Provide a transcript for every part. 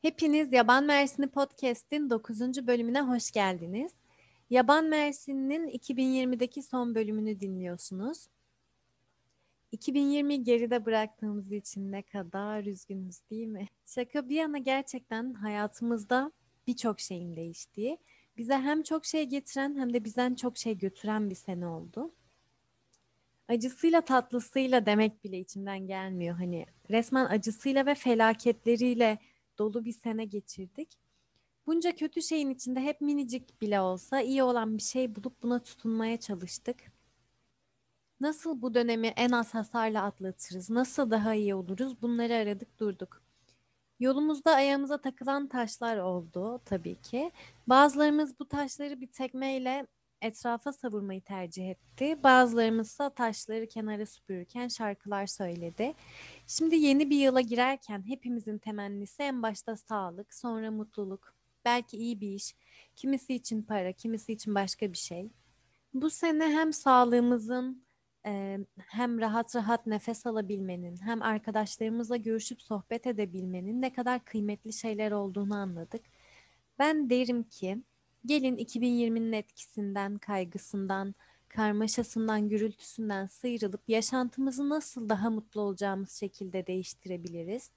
Hepiniz Yaban Mersini Podcast'in 9. bölümüne hoş geldiniz. Yaban Mersini'nin 2020'deki son bölümünü dinliyorsunuz. 2020'yi geride bıraktığımız için ne kadar üzgünüz değil mi? Şaka bir yana gerçekten hayatımızda birçok şeyin değiştiği, bize hem çok şey getiren hem de bizden çok şey götüren bir sene oldu. Acısıyla tatlısıyla demek bile içimden gelmiyor. Hani resmen acısıyla ve felaketleriyle dolu bir sene geçirdik. Bunca kötü şeyin içinde hep minicik bile olsa iyi olan bir şey bulup buna tutunmaya çalıştık. Nasıl bu dönemi en az hasarla atlatırız, nasıl daha iyi oluruz bunları aradık durduk. Yolumuzda ayağımıza takılan taşlar oldu tabii ki. Bazılarımız bu taşları bir tekmeyle etrafa savurmayı tercih etti. Bazılarımız ise taşları kenara süpürürken şarkılar söyledi. Şimdi yeni bir yıla girerken hepimizin temennisi en başta sağlık, sonra mutluluk, belki iyi bir iş, kimisi için para, kimisi için başka bir şey. Bu sene hem sağlığımızın hem rahat rahat nefes alabilmenin, hem arkadaşlarımızla görüşüp sohbet edebilmenin ne kadar kıymetli şeyler olduğunu anladık. Ben derim ki gelin 2020'nin etkisinden, kaygısından, karmaşasından, gürültüsünden sıyrılıp yaşantımızı nasıl daha mutlu olacağımız şekilde değiştirebiliriz.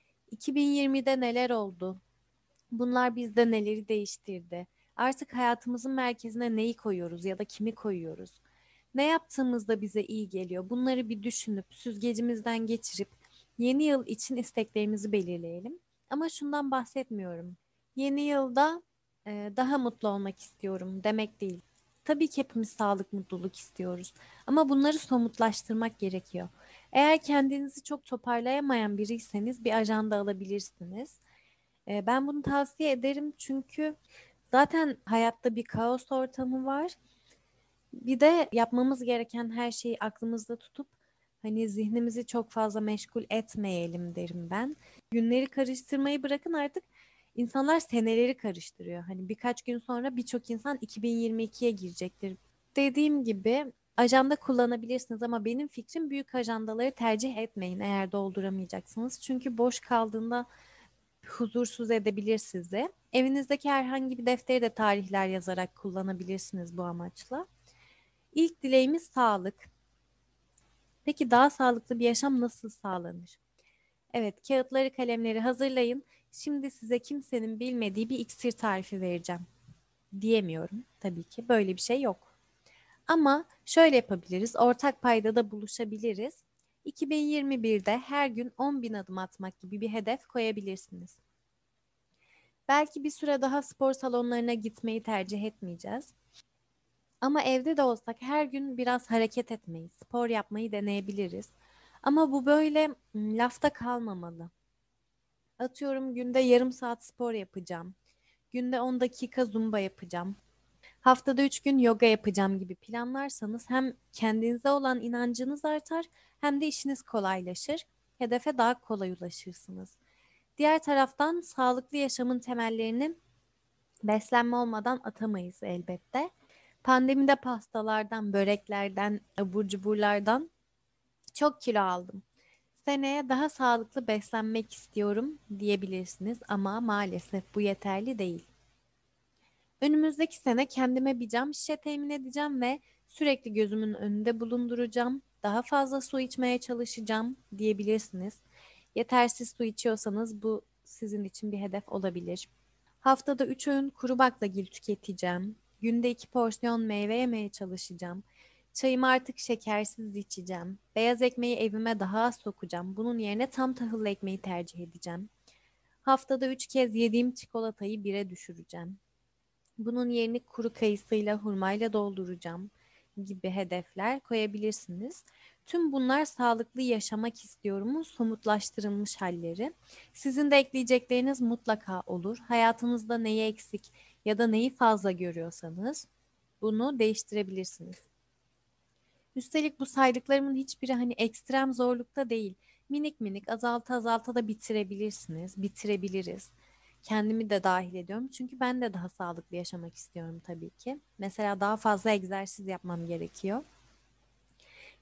2020'de neler oldu? Bunlar bizde neleri değiştirdi? Artık hayatımızın merkezine neyi koyuyoruz ya da kimi koyuyoruz? Ne yaptığımızda bize iyi geliyor? Bunları bir düşünüp süzgecimizden geçirip yeni yıl için isteklerimizi belirleyelim. Ama şundan bahsetmiyorum. Yeni yılda daha mutlu olmak istiyorum demek değil. Tabii ki hepimiz sağlık, mutluluk istiyoruz. Ama bunları somutlaştırmak gerekiyor. Eğer kendinizi çok toparlayamayan biriyseniz bir ajanda alabilirsiniz. Ben bunu tavsiye ederim çünkü zaten hayatta bir kaos ortamı var. Bir de yapmamız gereken her şeyi aklımızda tutup hani zihnimizi çok fazla meşgul etmeyelim derim ben. Günleri karıştırmayı bırakın artık insanlar seneleri karıştırıyor. Hani birkaç gün sonra birçok insan 2022'ye girecektir. Dediğim gibi ajanda kullanabilirsiniz ama benim fikrim büyük ajandaları tercih etmeyin eğer dolduramayacaksınız. Çünkü boş kaldığında huzursuz edebilir sizi. Evinizdeki herhangi bir defteri de tarihler yazarak kullanabilirsiniz bu amaçla. İlk dileğimiz sağlık. Peki daha sağlıklı bir yaşam nasıl sağlanır? Evet, kağıtları, kalemleri hazırlayın. Şimdi size kimsenin bilmediği bir iksir tarifi vereceğim. Diyemiyorum tabii ki. Böyle bir şey yok. Ama şöyle yapabiliriz. Ortak paydada buluşabiliriz. 2021'de her gün 10 bin adım atmak gibi bir hedef koyabilirsiniz. Belki bir süre daha spor salonlarına gitmeyi tercih etmeyeceğiz. Ama evde de olsak her gün biraz hareket etmeyi, spor yapmayı deneyebiliriz. Ama bu böyle lafta kalmamalı. Atıyorum günde yarım saat spor yapacağım. Günde 10 dakika zumba yapacağım. Haftada 3 gün yoga yapacağım gibi planlarsanız hem kendinize olan inancınız artar hem de işiniz kolaylaşır. Hedefe daha kolay ulaşırsınız. Diğer taraftan sağlıklı yaşamın temellerini beslenme olmadan atamayız elbette. Pandemide pastalardan, böreklerden, abur cuburlardan çok kilo aldım. Seneye daha sağlıklı beslenmek istiyorum diyebilirsiniz ama maalesef bu yeterli değil. Önümüzdeki sene kendime bir cam şişe temin edeceğim ve sürekli gözümün önünde bulunduracağım. Daha fazla su içmeye çalışacağım diyebilirsiniz. Yetersiz su içiyorsanız bu sizin için bir hedef olabilir. Haftada 3 öğün kuru baklagil tüketeceğim. Günde 2 porsiyon meyve yemeye çalışacağım. Çayımı artık şekersiz içeceğim. Beyaz ekmeği evime daha az sokacağım. Bunun yerine tam tahıllı ekmeği tercih edeceğim. Haftada 3 kez yediğim çikolatayı 1'e düşüreceğim. Bunun yerini kuru kayısıyla, hurmayla dolduracağım gibi hedefler koyabilirsiniz. Tüm bunlar sağlıklı yaşamak istiyorumun somutlaştırılmış halleri. Sizin de ekleyecekleriniz mutlaka olur. Hayatınızda neyi eksik ya da neyi fazla görüyorsanız bunu değiştirebilirsiniz. Üstelik bu saydıklarımın hiçbiri hani ekstrem zorlukta değil. Minik minik azalta azalta da bitirebilirsiniz, bitirebiliriz. Kendimi de dahil ediyorum. Çünkü ben de daha sağlıklı yaşamak istiyorum tabii ki. Mesela daha fazla egzersiz yapmam gerekiyor.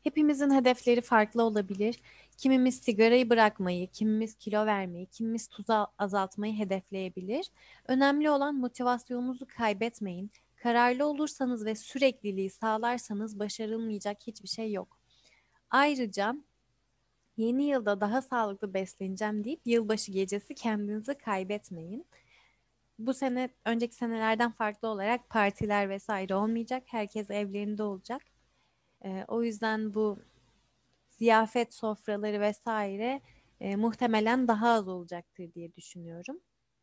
Hepimizin hedefleri farklı olabilir. Kimimiz sigarayı bırakmayı, kimimiz kilo vermeyi, kimimiz tuzu azaltmayı hedefleyebilir. Önemli olan motivasyonunuzu kaybetmeyin. Kararlı olursanız ve sürekliliği sağlarsanız başarılmayacak hiçbir şey yok. Ayrıca yeni yılda daha sağlıklı besleneceğim deyip yılbaşı gecesi kendinizi kaybetmeyin. Bu sene önceki senelerden farklı olarak partiler vesaire olmayacak. Herkes evlerinde olacak. O yüzden bu ziyafet sofraları vesaire muhtemelen daha az olacaktır diye düşünüyorum.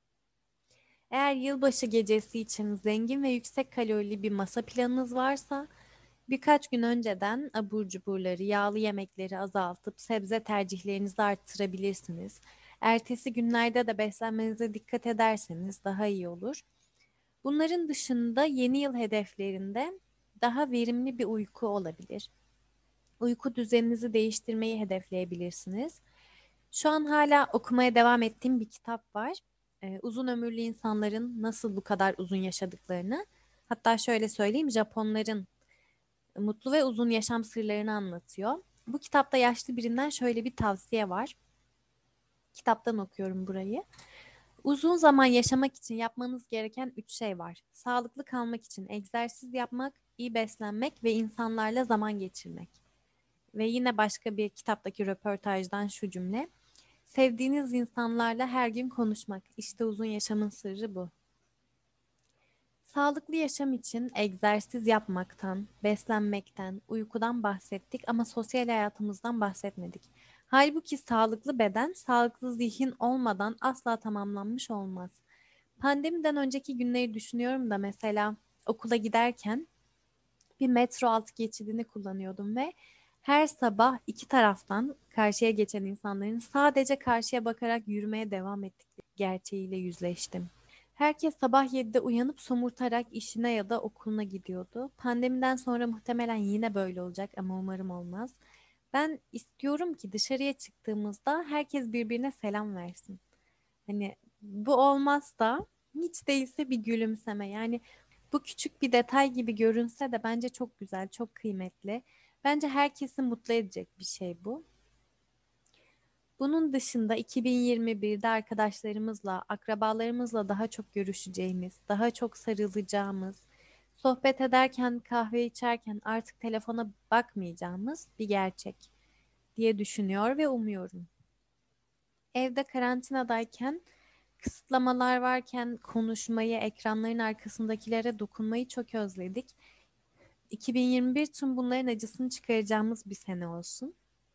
Eğer yılbaşı gecesi için zengin ve yüksek kalorili bir masa planınız varsa birkaç gün önceden abur cuburları, yağlı yemekleri azaltıp sebze tercihlerinizi arttırabilirsiniz. Ertesi günlerde de beslenmenize dikkat ederseniz daha iyi olur. Bunların dışında yeni yıl hedeflerinde daha verimli bir uyku olabilir. Uyku düzeninizi değiştirmeyi hedefleyebilirsiniz. Şu an hala okumaya devam ettiğim bir kitap var. Uzun ömürlü insanların nasıl bu kadar uzun yaşadıklarını, hatta şöyle söyleyeyim, Japonların mutlu ve uzun yaşam sırlarını anlatıyor. Bu kitapta yaşlı birinden şöyle bir tavsiye var. Kitaptan okuyorum burayı. Uzun zaman yaşamak için yapmanız gereken 3 şey var. Sağlıklı kalmak için egzersiz yapmak, iyi beslenmek ve insanlarla zaman geçirmek. Ve yine başka bir kitaptaki röportajdan şu cümle. Sevdiğiniz insanlarla her gün konuşmak. İşte uzun yaşamın sırrı bu. Sağlıklı yaşam için egzersiz yapmaktan, beslenmekten, uykudan bahsettik ama sosyal hayatımızdan bahsetmedik. Halbuki sağlıklı beden, sağlıklı zihin olmadan asla tamamlanmış olmaz. Pandemiden önceki günleri düşünüyorum da mesela okula giderken bir metro alt geçidini kullanıyordum ve her sabah iki taraftan karşıya geçen insanların sadece karşıya bakarak yürümeye devam ettikleri gerçeğiyle yüzleştim. Herkes sabah 7'de uyanıp somurtarak işine ya da okuluna gidiyordu. Pandemiden sonra muhtemelen yine böyle olacak ama umarım olmaz. Ben istiyorum ki dışarıya çıktığımızda herkes birbirine selam versin. Hani bu olmazsa hiç değilse bir gülümseme. Yani bu küçük bir detay gibi görünse de bence çok güzel, çok kıymetli. Bence herkesi mutlu edecek bir şey bu. Bunun dışında 2021'de arkadaşlarımızla, akrabalarımızla daha çok görüşeceğimiz, daha çok sarılacağımız, sohbet ederken, kahve içerken artık telefona bakmayacağımız bir gerçek diye düşünüyor ve umuyorum. Evde karantinadayken, kısıtlamalar varken konuşmayı, ekranların arkasındakilere dokunmayı çok özledik. 2021 tüm bunların acısını çıkaracağımız bir sene olsun.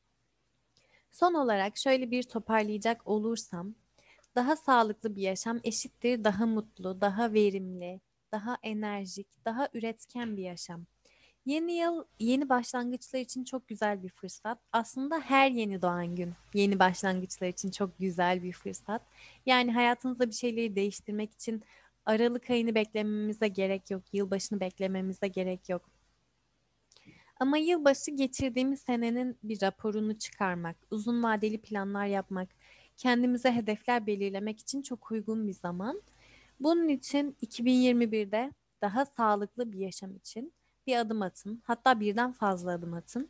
Son olarak şöyle bir toparlayacak olursam, daha sağlıklı bir yaşam eşittir daha mutlu, daha verimli, daha enerjik, daha üretken bir yaşam. Yeni yıl yeni başlangıçlar için çok güzel bir fırsat. Aslında her yeni doğan gün yeni başlangıçlar için çok güzel bir fırsat. Yani hayatınızda bir şeyleri değiştirmek için Aralık ayını beklememize gerek yok, yılbaşını beklememize gerek yok. Ama yılbaşı geçirdiğimiz senenin bir raporunu çıkarmak, uzun vadeli planlar yapmak, kendimize hedefler belirlemek için çok uygun bir zaman. Bunun için 2021'de daha sağlıklı bir yaşam için bir adım atın, hatta birden fazla adım atın.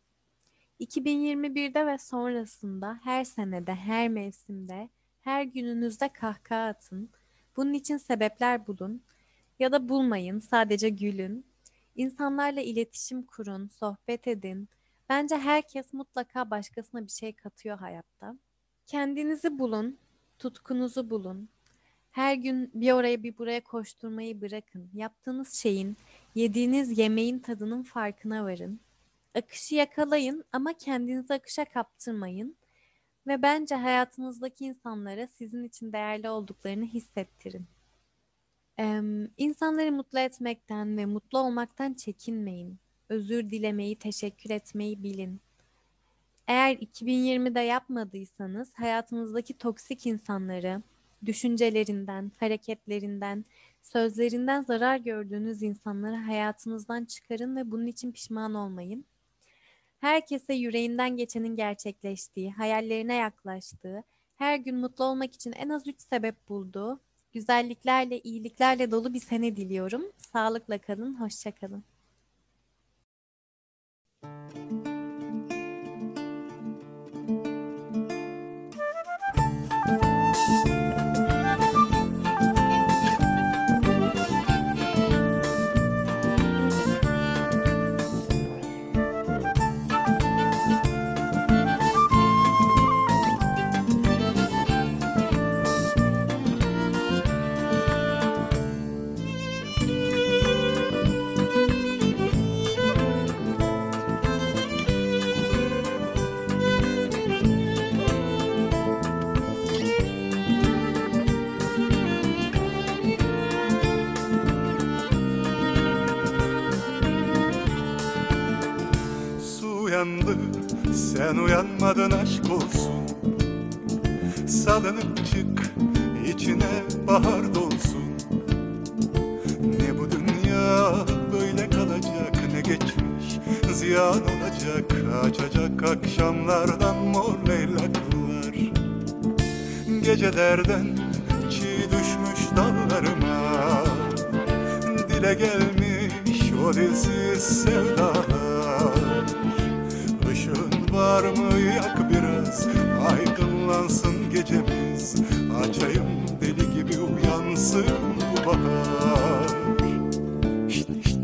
2021'de ve sonrasında her senede, her mevsimde, her gününüzde kahkaha atın. Bunun için sebepler bulun ya da bulmayın, sadece gülün. İnsanlarla iletişim kurun, sohbet edin. Bence herkes mutlaka başkasına bir şey katıyor hayatta. Kendinizi bulun, tutkunuzu bulun. Her gün bir oraya bir buraya koşturmayı bırakın. Yaptığınız şeyin, yediğiniz yemeğin tadının farkına varın. Akışı yakalayın ama kendinizi akışa kaptırmayın. Ve bence hayatınızdaki insanlara sizin için değerli olduklarını hissettirin. İnsanları mutlu etmekten ve mutlu olmaktan çekinmeyin. Özür dilemeyi, teşekkür etmeyi bilin. Eğer 2020'de yapmadıysanız hayatınızdaki toksik insanları, düşüncelerinden, hareketlerinden, sözlerinden zarar gördüğünüz insanları hayatınızdan çıkarın ve bunun için pişman olmayın. Herkese yüreğinden geçenin gerçekleştiği, hayallerine yaklaştığı, her gün mutlu olmak için en az 3 sebep bulduğu, güzelliklerle, iyiliklerle dolu bir sene diliyorum. Sağlıkla kalın, hoşça kalın. Sen uyanmadın aşk olsun. Salınıp çık, içine bahar dolsun. Ne bu dünya böyle kalacak, ne geçmiş ziyan olacak. Açacak akşamlardan mor leylaklar. Gecelerden çiğ düşmüş dallarıma dile gelmiş o dilsiz sevdalar. Işığın var mı yak biraz, aydınlansın gecemiz. Açayım deli gibi uyansın bu bahar. Şişt, şişt.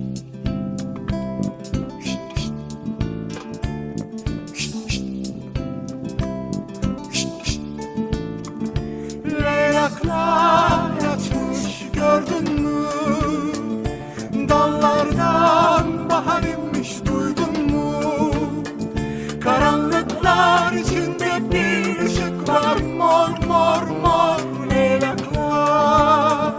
Leylaklar açmış gördün mü? Dallardan bahar inmiş duydun mu? Karanlıklar içinde bir ışık var, mor mor mor leylaklar.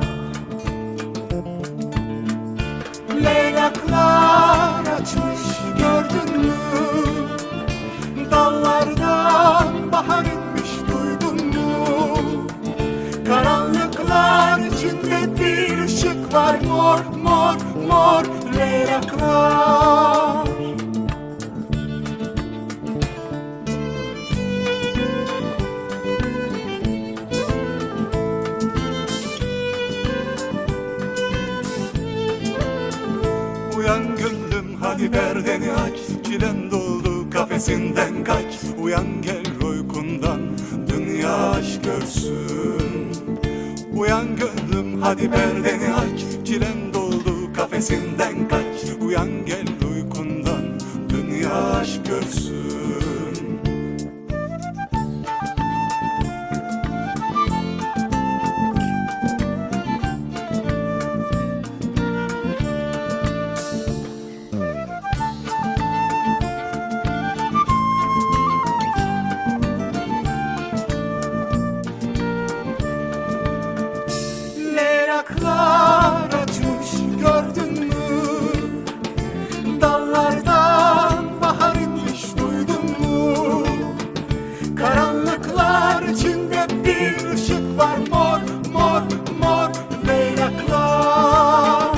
Leylaklar açmış gördün mü? Dallardan bahar inmiş duydun mu? Karanlıklar içinde bir ışık var, mor mor mor leylaklar. Uyan gönlüm hadi perdeni aç, çilen doldu kafesinden kaç. Uyan gel uykundan, dünya aşk görsün. Uyan gönlüm hadi perdeni aç, çilen doldu kafesinden kaç. Uyan gel uykundan, dünya aşk görsün. Leylaklar açmış gördün mü? Dallardan bahar inmiş duydun mu? Karanlıklar içinde bir ışık var, mor mor mor leylaklar.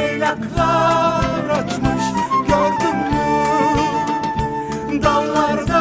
Leylaklar açmış gördün mü? Dallardan